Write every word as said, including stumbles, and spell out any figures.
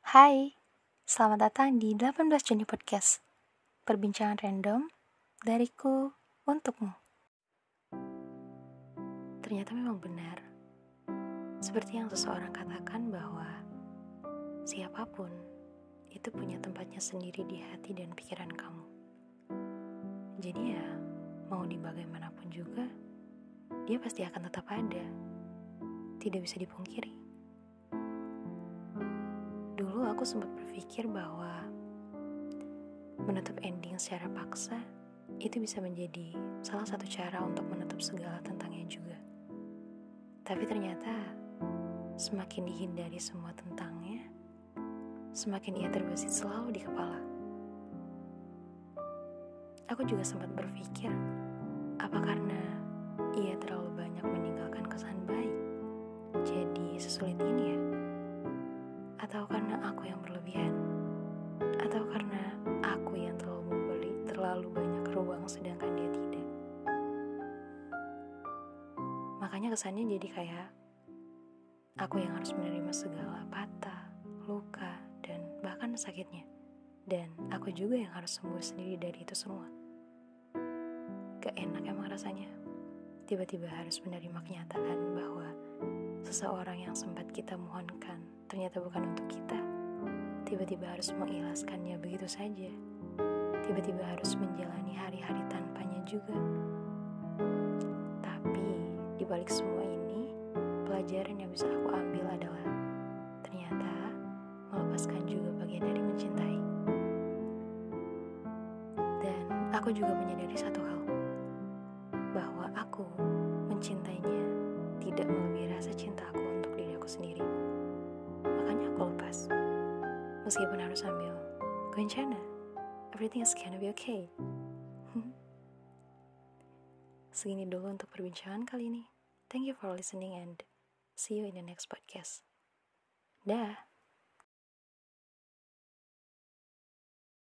Hai, selamat datang di delapan belas Juni Podcast. Perbincangan random dariku untukmu. Ternyata memang benar, seperti yang seseorang katakan bahwa siapapun itu punya tempatnya sendiri di hati dan pikiran kamu. Jadi ya, mau di bagaimanapun juga, dia pasti akan tetap ada. Tidak bisa dipungkiri. Dulu aku sempat berpikir bahwa menutup ending secara paksa itu bisa menjadi salah satu cara untuk menutup segala tentangnya juga. Tapi ternyata semakin dihindari semua tentangnya, semakin ia terbesit selalu di kepala. Aku juga sempat berpikir, apa karena ia terlalu banyak meninggalkan kesan baik, jadi sesulit ini ya? Atau karena aku yang berlebihan? Atau karena aku yang terlalu memberi terlalu banyak ruang sedangkan dia tidak? Makanya kesannya jadi kayak aku yang harus menerima segala patah, luka, dan bahkan sakitnya. Dan aku juga yang harus sembuh sendiri dari itu semua. Gak enak emang rasanya. Tiba-tiba harus menerima kenyataan bahwa seseorang yang sempat kita mohonkan ternyata bukan untuk kita. Tiba-tiba harus mengikhlaskannya begitu saja. Tiba-tiba harus menjalani hari-hari tanpanya juga. Tapi di balik semua ini, pelajaran yang bisa aku ambil adalah ternyata melepaskan juga bagian dari mencintai. Dan aku juga menyadari satu hal, bahwa aku mencintainya tidak melebihi rasa cinta aku untuk diri aku sendiri. Makanya aku lepas. Meskipun harus sambil kencana, everything is gonna be okay. Segini dulu untuk perbincangan kali ini. Thank you for listening and see you in the next podcast. Dah.